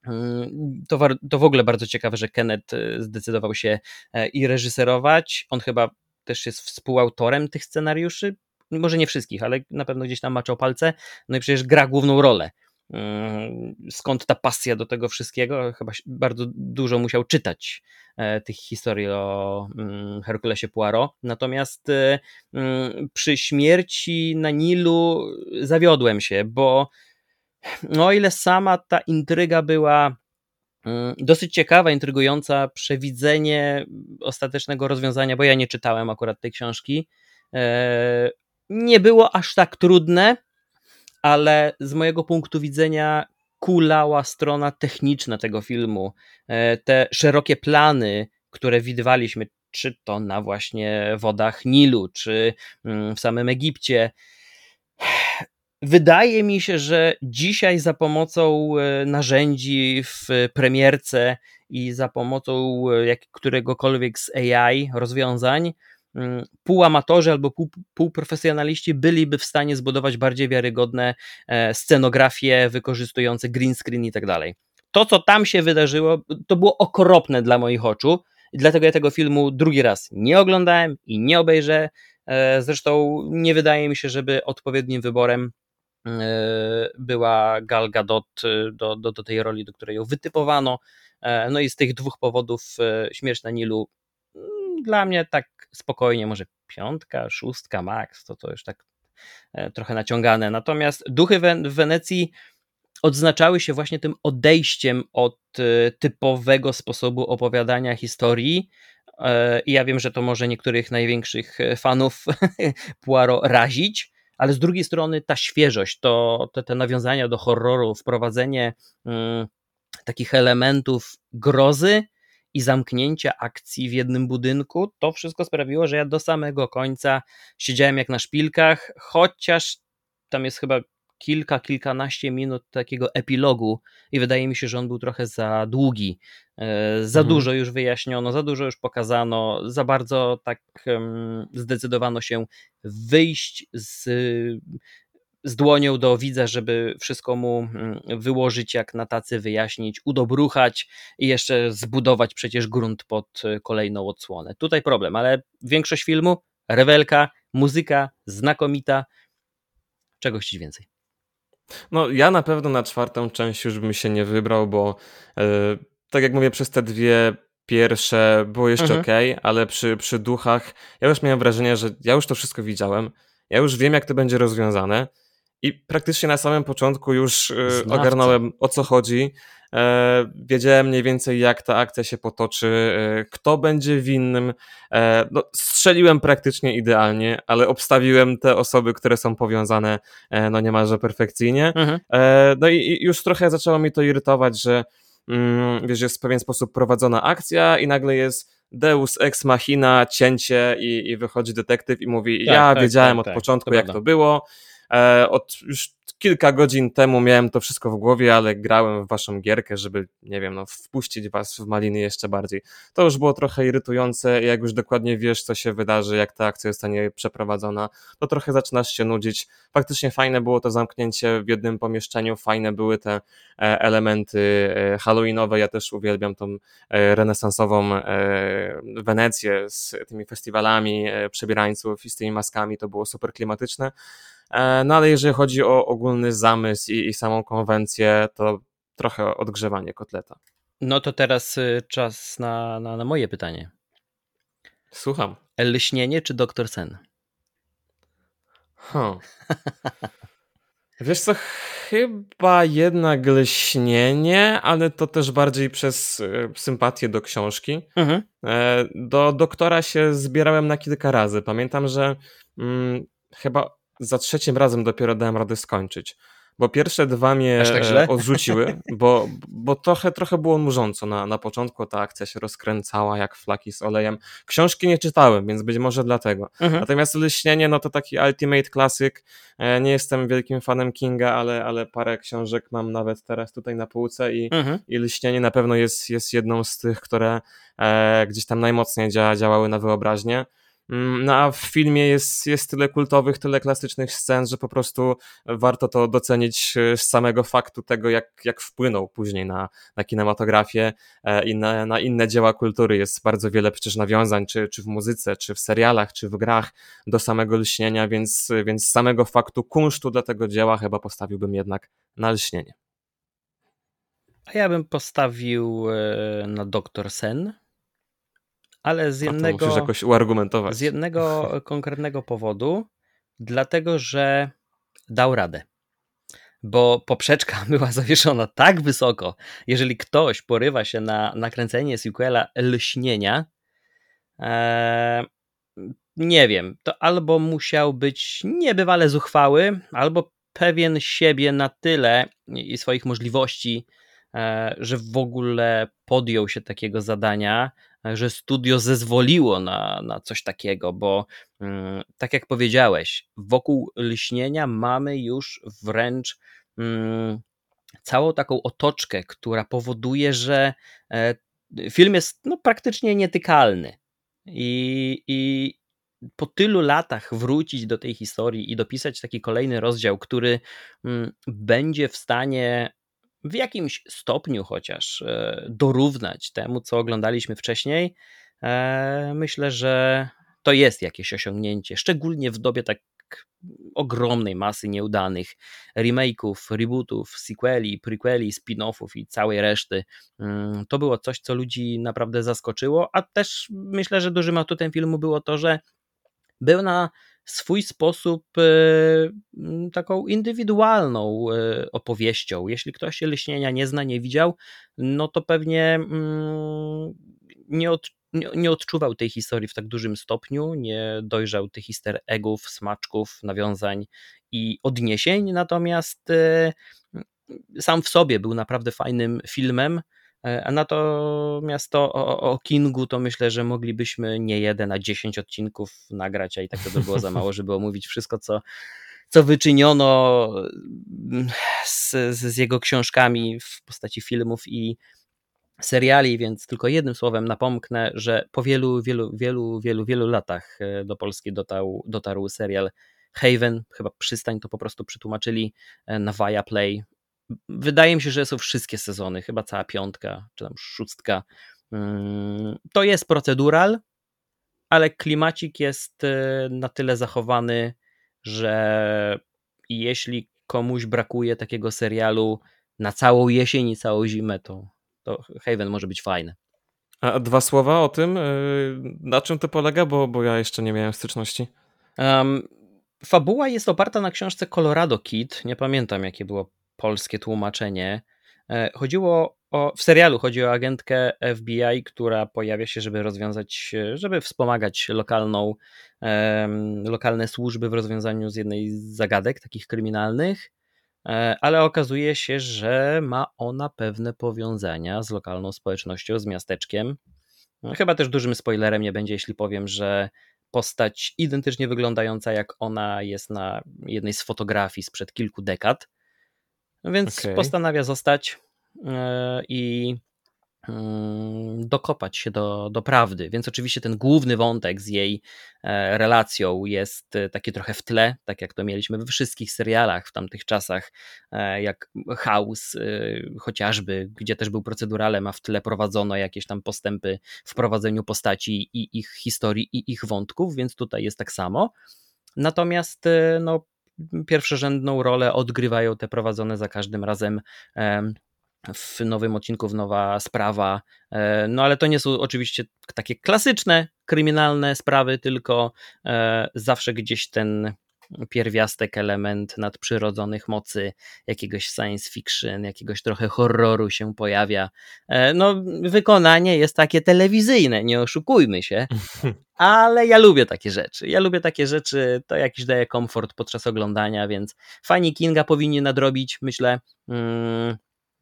To, war, to w ogóle bardzo ciekawe, że Kenneth zdecydował się i reżyserować. On chyba też jest współautorem tych scenariuszy. Może nie wszystkich, ale na pewno gdzieś tam maczał palce. No i przecież gra główną rolę. Skąd ta pasja do tego wszystkiego? Chyba bardzo dużo musiał czytać tych historii o Herkulesie Poirot. Natomiast przy śmierci na Nilu zawiodłem się, bo no o ile sama ta intryga była dosyć ciekawa, intrygująca, przewidzenie ostatecznego rozwiązania, bo ja nie czytałem akurat tej książki, nie było aż tak trudne, ale z mojego punktu widzenia kulała strona techniczna tego filmu. Te szerokie plany, które widywaliśmy, czy to na właśnie wodach Nilu, czy w samym Egipcie. Wydaje mi się, że dzisiaj za pomocą narzędzi w premierce i za pomocą jak, któregokolwiek z A I rozwiązań, półamatorzy albo pół, półprofesjonaliści byliby w stanie zbudować bardziej wiarygodne scenografie wykorzystujące green screen i tak dalej. To, co tam się wydarzyło, to było okropne dla moich oczu i dlatego ja tego filmu drugi raz nie oglądałem i nie obejrzę. Zresztą nie wydaje mi się, żeby odpowiednim wyborem była Gal Gadot do, do, do tej roli, do której ją wytypowano. No i z tych dwóch powodów Śmierć na Nilu dla mnie tak spokojnie, może piątka, szóstka max, to to już tak trochę naciągane. Natomiast Duchy w Wenecji odznaczały się właśnie tym odejściem od typowego sposobu opowiadania historii. I ja wiem, że to może niektórych największych fanów Poirot razić, ale z drugiej strony ta świeżość, to, to te nawiązania do horroru, wprowadzenie mm, takich elementów grozy i zamknięcia akcji w jednym budynku, to wszystko sprawiło, że ja do samego końca siedziałem jak na szpilkach, chociaż tam jest chyba kilka, kilkanaście minut takiego epilogu i wydaje mi się, że on był trochę za długi. Za mhm. dużo już wyjaśniono, za dużo już pokazano, za bardzo tak um, zdecydowano się wyjść z, z dłonią do widza, żeby wszystko mu wyłożyć jak na tacy, wyjaśnić, udobruchać i jeszcze zbudować przecież grunt pod kolejną odsłonę. Tutaj problem, ale większość filmu, rewelka, muzyka znakomita. Czego chcieć więcej? No ja na pewno na czwartą część już bym się nie wybrał, bo yy, tak jak mówię, przez te dwie pierwsze było jeszcze mhm. okej, okay, ale przy, przy Duchach ja już miałem wrażenie, że ja już to wszystko widziałem, ja już wiem jak to będzie rozwiązane i praktycznie na samym początku już yy, ogarnąłem o co chodzi, yy, wiedziałem mniej więcej jak ta akcja się potoczy, yy, kto będzie winnym, yy, no, strzeliłem praktycznie idealnie, ale obstawiłem te osoby, które są powiązane yy, no niemalże perfekcyjnie, mhm. yy, no i, i już trochę zaczęło mi to irytować, że yy, wiesz, jest w pewien sposób prowadzona akcja i nagle jest Deus ex machina, cięcie i, i wychodzi detektyw i mówi tak, ja tak, wiedziałem tak, od tak, początku jak to było. Od już kilka godzin temu miałem to wszystko w głowie, ale grałem w waszą gierkę, żeby, nie wiem, no wpuścić was w maliny jeszcze bardziej. To już było trochę irytujące, jak już dokładnie wiesz, co się wydarzy, jak ta akcja zostanie przeprowadzona, to trochę zaczynasz się nudzić. Faktycznie fajne było to zamknięcie w jednym pomieszczeniu, fajne były te elementy halloweenowe, ja też uwielbiam tą renesansową Wenecję z tymi festiwalami przebierańców i z tymi maskami, to było super klimatyczne. No ale jeżeli chodzi o ogólny zamysł i, i samą konwencję, to trochę odgrzewanie kotleta. No to teraz czas na, na, na moje pytanie. Słucham. Lśnienie czy Doktor Sen? Hmm. Wiesz co, chyba jednak Lśnienie, ale to też bardziej przez sympatię do książki. Mhm. Do Doktora się zbierałem na kilka razy. Pamiętam, że hmm, chyba za trzecim razem dopiero dałem radę skończyć, bo pierwsze dwa mnie tak odrzuciły, bo, bo trochę, trochę było nużąco na, na początku, ta akcja się rozkręcała jak flaki z olejem. Książki nie czytałem, więc być może dlatego. Mhm. Natomiast Lśnienie, no to taki ultimate klasyk. Nie jestem wielkim fanem Kinga, ale, ale parę książek mam nawet teraz tutaj na półce i, mhm. i Lśnienie na pewno jest, jest jedną z tych, które e, gdzieś tam najmocniej dzia, działały na wyobraźnię. No a w filmie jest, jest tyle kultowych, tyle klasycznych scen, że po prostu warto to docenić z samego faktu tego, jak, jak wpłynął później na, na kinematografię i na, na inne dzieła kultury. Jest bardzo wiele przecież nawiązań, czy, czy w muzyce, czy w serialach, czy w grach do samego Lśnienia, więc, więc z samego faktu kunsztu dla tego dzieła chyba postawiłbym jednak na Lśnienie. A ja bym postawił na Doktor Sen, ale z No to musisz jednego, jakoś uargumentować. z jednego konkretnego powodu, dlatego że dał radę. Bo poprzeczka była zawieszona tak wysoko, jeżeli ktoś porywa się na nakręcenie sequela Lśnienia, e, nie wiem, to albo musiał być niebywale zuchwały, albo pewien siebie na tyle i swoich możliwości, że w ogóle podjął się takiego zadania, że studio zezwoliło na, na coś takiego, bo tak jak powiedziałeś, wokół Lśnienia mamy już wręcz całą taką otoczkę, która powoduje, że film jest no, praktycznie nietykalny. I, I po tylu latach wrócić do tej historii i dopisać taki kolejny rozdział, który będzie w stanie w jakimś stopniu chociaż dorównać temu, co oglądaliśmy wcześniej, myślę, że to jest jakieś osiągnięcie, szczególnie w dobie tak ogromnej masy nieudanych remake'ów, rebootów, sequeli, prequeli, spin-offów i całej reszty. To było coś, co ludzi naprawdę zaskoczyło, a też myślę, że dużym atutem filmu było to, że był na swój sposób taką indywidualną opowieścią. Jeśli ktoś się Lśnienia nie zna, nie widział, no to pewnie nie, od, nie, nie odczuwał tej historii w tak dużym stopniu, nie dojrzał tych easter eggów, smaczków, nawiązań i odniesień, natomiast sam w sobie był naprawdę fajnym filmem. A natomiast to o, o Kingu to myślę, że moglibyśmy nie jeden, a dziesięć odcinków nagrać, a i tak to by było za mało, żeby omówić wszystko, co, co wyczyniono z, z jego książkami w postaci filmów i seriali, więc tylko jednym słowem napomknę, że po wielu, wielu, wielu, wielu, wielu latach do Polski dotarł, dotarł serial Haven, chyba Przystań to po prostu przetłumaczyli na Viaplay. Wydaje mi się, że są wszystkie sezony, chyba cała piątka, czy tam szóstka. To jest procedural, ale klimacik jest na tyle zachowany, że jeśli komuś brakuje takiego serialu na całą jesień i całą zimę, to, to Haven może być fajny. A dwa słowa o tym, na czym to polega, bo, bo ja jeszcze nie miałem styczności. Um, fabuła jest oparta na książce Colorado Kid, nie pamiętam jakie było polskie tłumaczenie. Chodziło o, w serialu chodzi o agentkę F B I, która pojawia się, żeby rozwiązać, żeby wspomagać lokalną, um, lokalne służby w rozwiązaniu z jednej z zagadek takich kryminalnych, ale okazuje się, że ma ona pewne powiązania z lokalną społecznością, z miasteczkiem. Chyba też dużym spoilerem nie będzie, jeśli powiem, że postać identycznie wyglądająca jak ona jest na jednej z fotografii sprzed kilku dekad. Więc okay. postanawia zostać yy, i yy, dokopać się do, do prawdy. Więc oczywiście ten główny wątek z jej e, relacją jest taki trochę w tle, tak jak to mieliśmy we wszystkich serialach w tamtych czasach, e, jak House e, chociażby, gdzie też był proceduralem, a w tle prowadzono jakieś tam postępy w prowadzeniu postaci i ich historii i ich wątków, więc tutaj jest tak samo. Natomiast e, no pierwszorzędną rolę odgrywają te prowadzone za każdym razem w nowym odcinku, w nowa sprawa, no ale to nie są oczywiście takie klasyczne kryminalne sprawy, tylko zawsze gdzieś ten pierwiastek, element nadprzyrodzonych mocy, jakiegoś science fiction, jakiegoś trochę horroru się pojawia. No wykonanie jest takie telewizyjne, nie oszukujmy się, ale ja lubię takie rzeczy. Ja lubię takie rzeczy, to jakiś daje komfort podczas oglądania, więc fani Kinga powinni nadrobić, myślę, mm,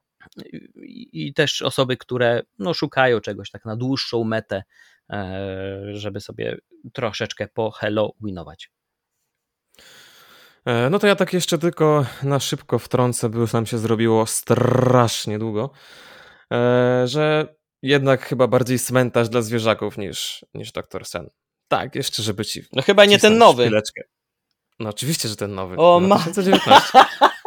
i też osoby, które no, szukają czegoś tak na dłuższą metę, żeby sobie troszeczkę pohalloweenować. No to ja tak jeszcze tylko na szybko wtrącę, bo już nam się zrobiło strasznie długo, że jednak chyba bardziej cmentarz dla zwierzaków niż, niż doktor Sen. Tak, jeszcze żeby ci... No chyba nie ten nowy. Chwileczkę. No oczywiście, że ten nowy. O, ma... dwa tysiące dziewiętnasty.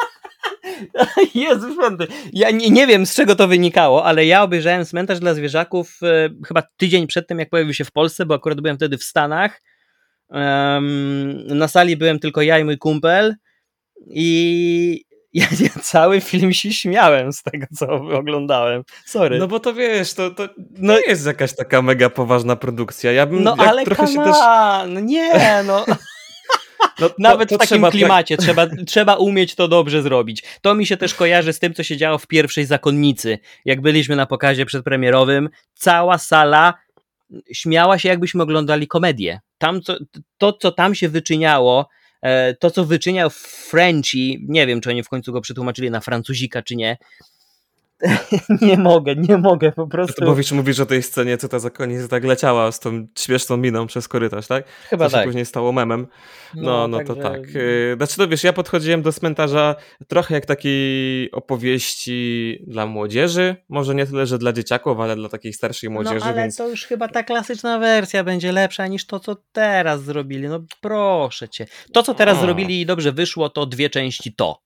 Jezu święty. Ja nie, nie wiem, z czego to wynikało, ale ja obejrzałem Cmentarz dla zwierzaków e, chyba tydzień przed tym, jak pojawił się w Polsce, bo akurat byłem wtedy w Stanach. Um, na sali byłem tylko ja i mój kumpel i ja, ja cały film się śmiałem z tego, co oglądałem. Sorry. No bo to wiesz, to, to no nie jest jakaś taka mega poważna produkcja. Ja bym no jak ale trochę come się też... on, nie no... No, to, Nawet to w takim trzeba klimacie tak... trzeba, trzeba umieć to dobrze zrobić. To mi się też kojarzy z tym, co się działo w Pierwszej Zakonnicy. Jak byliśmy na pokazie przedpremierowym, cała sala śmiała się, jakbyśmy oglądali komedię. Tam, co, to, co tam się wyczyniało, to, co wyczyniał Frenchie, nie wiem, czy oni w końcu go przetłumaczyli na Francuzika, czy nie, nie mogę, nie mogę po prostu. To mówisz, mówisz o tej scenie, co ta zakonnica tak leciała z tą śmieszną miną przez korytarz, tak? Chyba to się tak. później stało memem. No, no, no także... to tak. Znaczy to wiesz, ja podchodziłem do Cmentarza trochę jak takiej opowieści dla młodzieży. Może nie tyle, że dla dzieciaków, ale dla takiej starszej młodzieży. No ale więc... to już chyba ta klasyczna wersja będzie lepsza niż to, co teraz zrobili. No proszę cię. To, co teraz o. zrobili i dobrze wyszło, to dwie części to.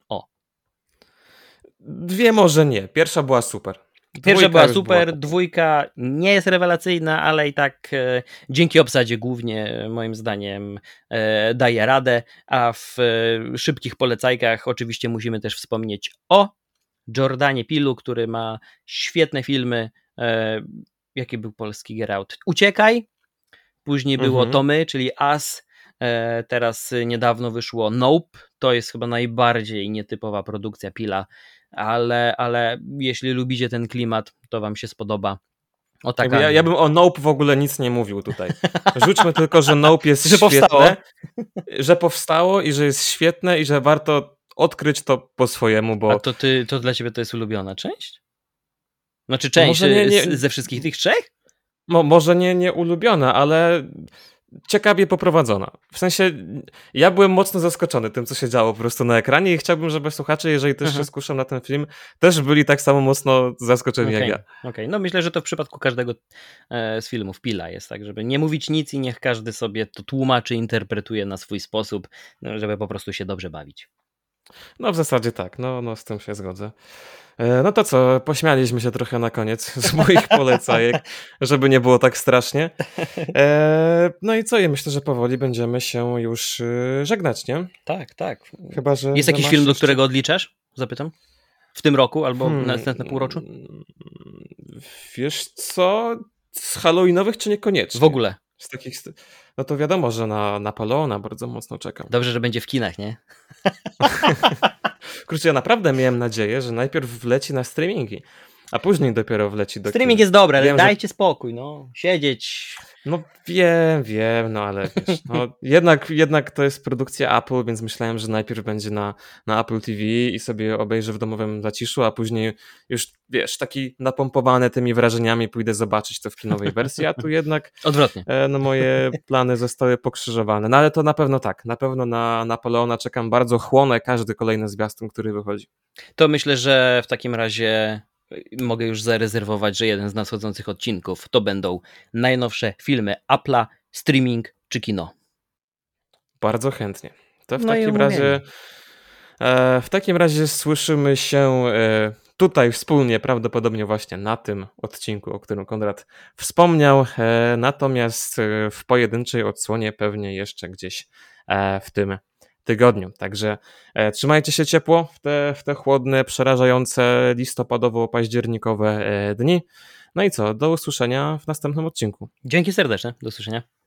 Dwie może nie. Pierwsza była super. Dwójka Pierwsza była super, była dwójka nie jest rewelacyjna, ale i tak e, dzięki obsadzie głównie moim zdaniem e, daje radę, a w e, szybkich polecajkach oczywiście musimy też wspomnieć o Jordanie Peelu, który ma świetne filmy. E, jaki był polski Get Out? Uciekaj, później mhm. było To My, czyli Us, e, teraz niedawno wyszło Nope, to jest chyba najbardziej nietypowa produkcja Peela, ale, ale jeśli lubicie ten klimat, to wam się spodoba. O taka... ja, ja bym o Nope w ogóle nic nie mówił tutaj. Rzućmy tylko, że Nope jest że świetne, powstało. że powstało i że jest świetne i że warto odkryć to po swojemu, bo... A to, ty, to dla ciebie to jest ulubiona część? Znaczy część nie, nie... ze wszystkich tych trzech? Mo, może nie, nie ulubiona, ale... ciekawie poprowadzona. W sensie, ja byłem mocno zaskoczony tym, co się działo po prostu na ekranie i chciałbym, żeby słuchacze, jeżeli też się skuszą na ten film, też byli tak samo mocno zaskoczeni okay. jak ja. Okej, okay. No myślę, że to w przypadku każdego e, z filmów Peela jest tak, żeby nie mówić nic i niech każdy sobie to tłumaczy, interpretuje na swój sposób, żeby po prostu się dobrze bawić. No w zasadzie tak, no, no z tym się zgodzę. No to co, pośmialiśmy się trochę na koniec z moich polecajek, żeby nie było tak strasznie. No i co, ja myślę, że powoli będziemy się już żegnać, nie? Tak, tak. Chyba, że jest że jakiś film, jeszcze... do którego odliczasz? Zapytam. W tym roku albo hmm. na następne półroczu? Wiesz co, z halloweenowych czy niekoniecznie? W ogóle. Z takich, no to wiadomo, że na Napoleona bardzo mocno czekam. Dobrze, że będzie w kinach, nie? Kurczę, ja naprawdę miałem nadzieję, że najpierw wleci na streamingi, a później dopiero wleci do Streaming kin. jest dobry, ale wiem, dajcie że... spokój, no. Siedzieć. No wiem, wiem, no ale wiesz, no, jednak, jednak to jest produkcja Apple, więc myślałem, że najpierw będzie na, na Apple T V i sobie obejrzę w domowym zaciszu, a później już, wiesz, taki napompowany tymi wrażeniami pójdę zobaczyć to w kinowej wersji, a tu jednak odwrotnie. E, no moje plany zostały pokrzyżowane. No ale to na pewno tak, na pewno na Napoleona czekam bardzo, chłonę każdy kolejny zwiastun, który wychodzi. To myślę, że w takim razie mogę już zarezerwować, że jeden z nadchodzących odcinków to będą najnowsze filmy Apple'a, streaming czy kino. Bardzo chętnie. To w no takim razie e, w takim razie słyszymy się e, tutaj wspólnie, prawdopodobnie właśnie na tym odcinku, o którym Konrad wspomniał, e, natomiast e, w pojedynczej odsłonie pewnie jeszcze gdzieś e, w tym tygodniu. Także e, trzymajcie się ciepło w te, w te chłodne, przerażające listopadowo-październikowe e, dni. No i co, do usłyszenia w następnym odcinku. Dzięki serdeczne, do usłyszenia.